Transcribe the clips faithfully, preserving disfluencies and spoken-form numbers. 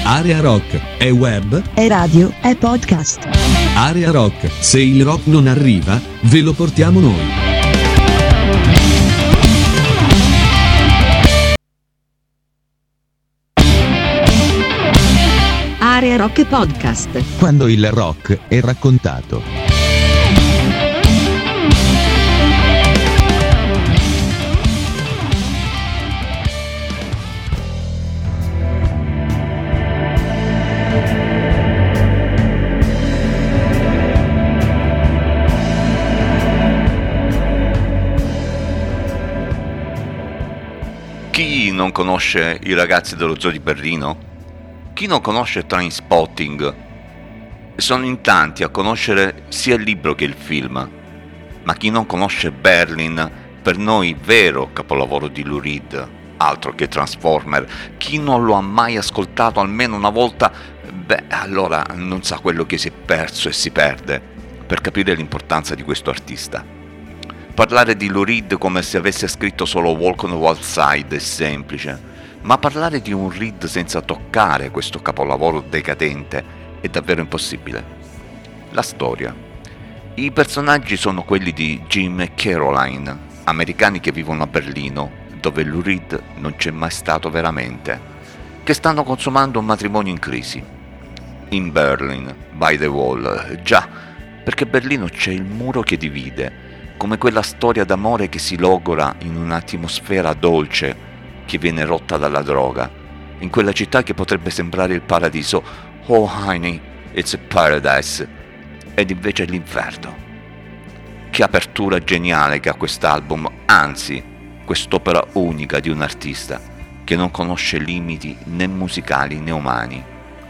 Area Rock è web, è radio, è podcast. Area Rock, se il rock non arriva, ve lo portiamo noi. Area Rock Podcast. Quando il rock è raccontato. Chi non conosce i ragazzi dello Zoo di Berlino? Chi non conosce Trainspotting? Sono in tanti a conoscere sia il libro che il film, ma chi non conosce Berlin, per noi vero capolavoro di Lou Reed, altro che Transformer, chi non lo ha mai ascoltato almeno una volta, beh, allora non sa quello che si è perso e si perde per capire l'importanza di questo artista. Parlare di Lou Reed come se avesse scritto solo Walk on the Wild Side è semplice, ma parlare di un Reed senza toccare questo capolavoro decadente è davvero impossibile. La storia. I personaggi sono quelli di Jim e Caroline, americani che vivono a Berlino, dove Lou Reed non c'è mai stato veramente, che stanno consumando un matrimonio in crisi. In Berlin, by the wall, già, perché a Berlino c'è il muro che divide, come quella storia d'amore che si logora in un'atmosfera dolce che viene rotta dalla droga, in quella città che potrebbe sembrare il paradiso. Oh honey, it's a paradise, ed invece è l'inferno. Che apertura geniale che ha quest'album, anzi, quest'opera unica di un artista che non conosce limiti né musicali né umani.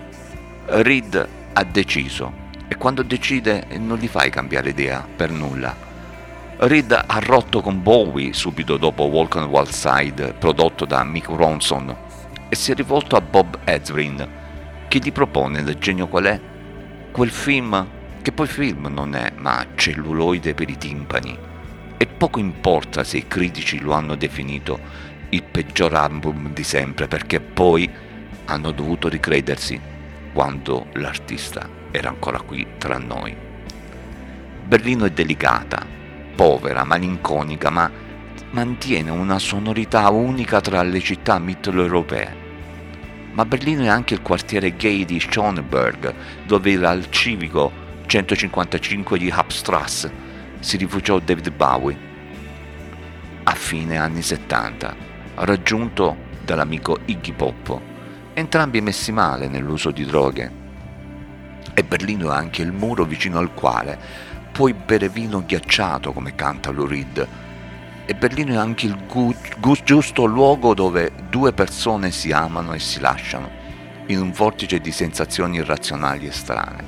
Reed ha deciso, e quando decide non gli fai cambiare idea per nulla. Reed ha rotto con Bowie subito dopo Walk on the Wild Side, prodotto da Mick Ronson, e si è rivolto a Bob Ezrin, che gli propone del genio qual è? Quel film, che poi film non è, ma celluloide per i timpani. E poco importa se i critici lo hanno definito il peggior album di sempre, perché poi hanno dovuto ricredersi quando l'artista era ancora qui tra noi. Berlino è delicata, povera, malinconica, ma mantiene una sonorità unica tra le città mitteleuropee. Ma Berlino è anche il quartiere gay di Schöneberg, dove al civico centocinquantacinque di Hauptstrasse si rifugiò David Bowie a fine anni settanta, raggiunto dall'amico Iggy Pop, entrambi messi male nell'uso di droghe. E Berlino è anche il muro vicino al quale puoi bere vino ghiacciato, come canta Lou Reed. E Berlino è anche il gu- gu- giusto luogo dove due persone si amano e si lasciano, in un vortice di sensazioni irrazionali e strane.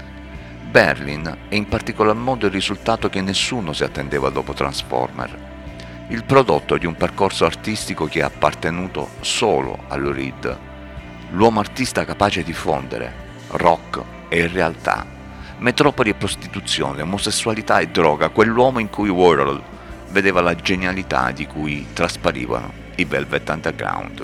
Berlin è in particolar modo il risultato che nessuno si attendeva dopo Transformer, il prodotto di un percorso artistico che è appartenuto solo a Lou Reed, l'uomo artista capace di fondere rock e realtà, metropoli e prostituzione, omosessualità e droga, quell'uomo in cui Warhol vedeva la genialità di cui trasparivano i Velvet Underground.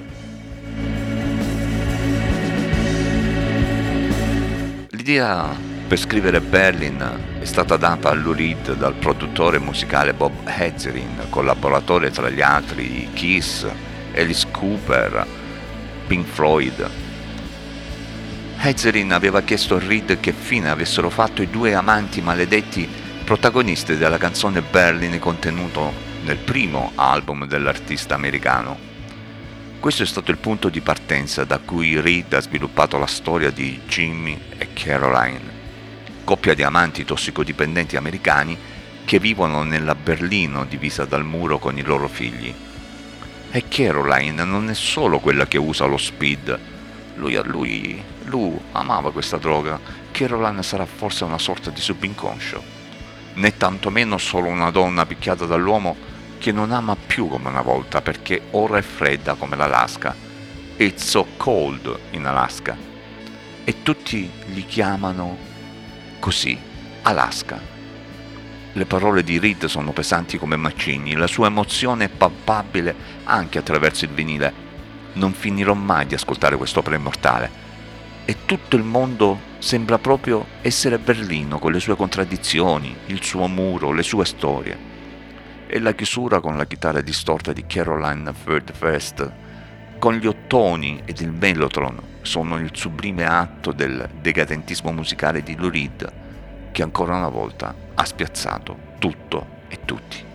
L'idea per scrivere Berlin è stata data a Lou Reed dal produttore musicale Bob Ezrin, collaboratore tra gli altri di Kiss, Alice Cooper, Pink Floyd. Ezrin aveva chiesto a Reed che fine avessero fatto i due amanti maledetti protagonisti della canzone Berlin contenuto nel primo album dell'artista americano. Questo è stato il punto di partenza da cui Reed ha sviluppato la storia di Jimmy e Caroline, coppia di amanti tossicodipendenti americani che vivono nella Berlino divisa dal muro con i loro figli. E Caroline non è solo quella che usa lo speed. Lui a lui, lui amava questa droga. Caroline sarà forse una sorta di subinconscio, né tantomeno solo una donna picchiata dall'uomo che non ama più come una volta, perché ora è fredda come l'Alaska. It's so cold in Alaska. E tutti gli chiamano così, Alaska. Le parole di Reed sono pesanti come macigni, la sua emozione è palpabile anche attraverso il vinile. Non finirò mai di ascoltare quest'opera immortale. e tutto il mondo sembra proprio essere Berlino, con le sue contraddizioni, il suo muro, le sue storie. E la chiusura con la chitarra distorta di Caroline Birdfest, con gli ottoni ed il mellotron, sono il sublime atto del decadentismo musicale di Lou Reed, che ancora una volta ha spiazzato tutto e tutti.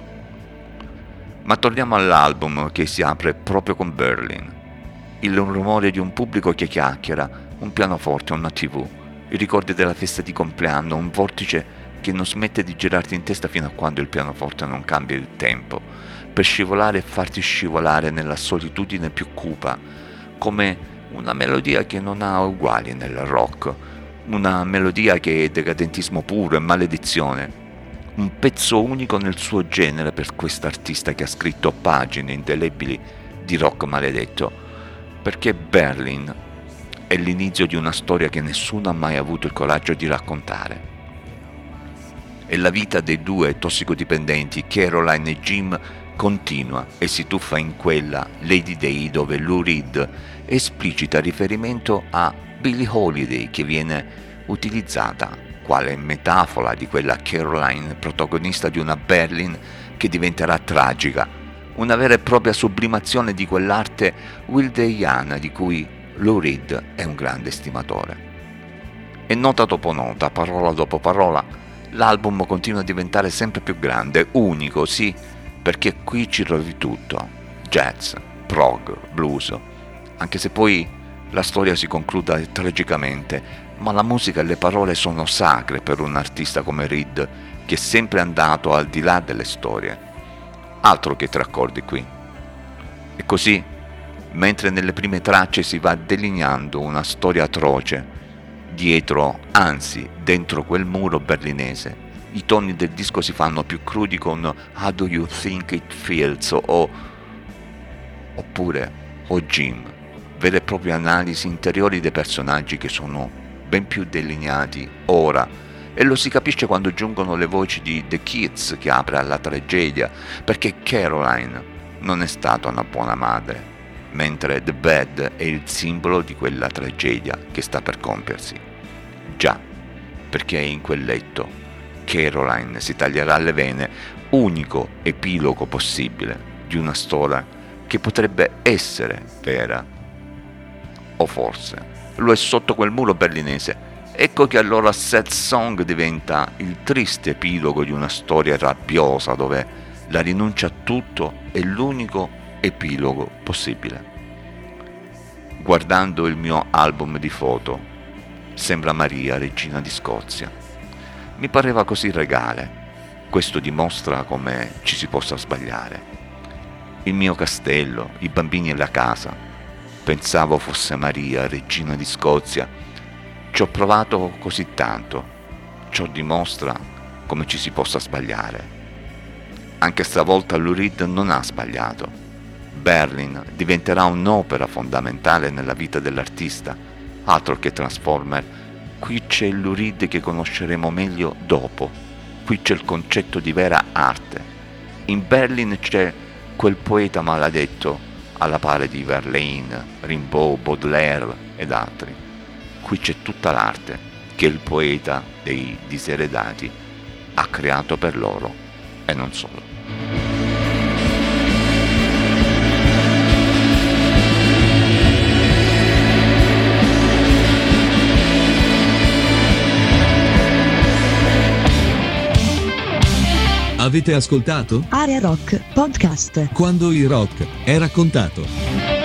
Ma torniamo all'album, che si apre proprio con Berlin. Il rumore di un pubblico che chiacchiera, un pianoforte, una tivù, i ricordi della festa di compleanno, un vortice che non smette di girarti in testa fino a quando il pianoforte non cambia il tempo, per scivolare e farti scivolare nella solitudine più cupa, come una melodia che non ha uguali nel rock, una melodia che è decadentismo puro e maledizione, un pezzo unico nel suo genere per quest'artista che ha scritto pagine indelebili di rock maledetto, perché Berlin è l'inizio di una storia che nessuno ha mai avuto il coraggio di raccontare. E la vita dei due tossicodipendenti, Caroline e Jim, continua e si tuffa in quella Lady Day dove Lou Reed esplicita riferimento a Billie Holiday, che viene utilizzata quale metafora di quella Caroline, protagonista di una Berlin che diventerà tragica, una vera e propria sublimazione di quell'arte wilderiana di cui Lou Reed è un grande estimatore. E nota dopo nota, parola dopo parola, l'album continua a diventare sempre più grande, unico, sì, perché qui ci trovi tutto: jazz, prog, blues, anche se poi la storia si concluda tragicamente, ma la musica e le parole sono sacre per un artista come Reed, che è sempre andato al di là delle storie. Altro che tre accordi qui. E così, mentre nelle prime tracce si va delineando una storia atroce, dietro, anzi dentro quel muro berlinese, i toni del disco si fanno più crudi con How Do You Think It Feels o oppure Oh Jim, vere e proprie analisi interiori dei personaggi che sono ben più delineati ora, e lo si capisce quando giungono le voci di The Kids che apre alla tragedia, perché Caroline non è stata una buona madre, mentre The Bed è il simbolo di quella tragedia che sta per compiersi. Già, perché in quel letto Caroline si taglierà le vene, unico epilogo possibile di una storia che potrebbe essere vera. O forse lo è sotto quel muro berlinese. Ecco che allora Sad Song diventa il triste epilogo di una storia rabbiosa dove la rinuncia a tutto è l'unico epilogo possibile. Guardando il mio album di foto, sembra Maria, regina di Scozia. Mi pareva così regale. Questo dimostra come ci si possa sbagliare. Il mio castello, i bambini e la casa. Pensavo fosse Maria, regina di Scozia. Ci ho provato così tanto. Ciò dimostra come ci si possa sbagliare. Anche stavolta Lou Reed non ha sbagliato. Berlin diventerà un'opera fondamentale nella vita dell'artista, altro che Transformer. Qui c'è il Lou Reed che conosceremo meglio dopo. Qui c'è il concetto di vera arte. In Berlin c'è quel poeta maledetto alla pari di Verlaine, Rimbaud, Baudelaire ed altri. Qui c'è tutta l'arte che il poeta dei diseredati ha creato per loro e non solo. Avete ascoltato? Area Rock Podcast. Quando il rock è raccontato.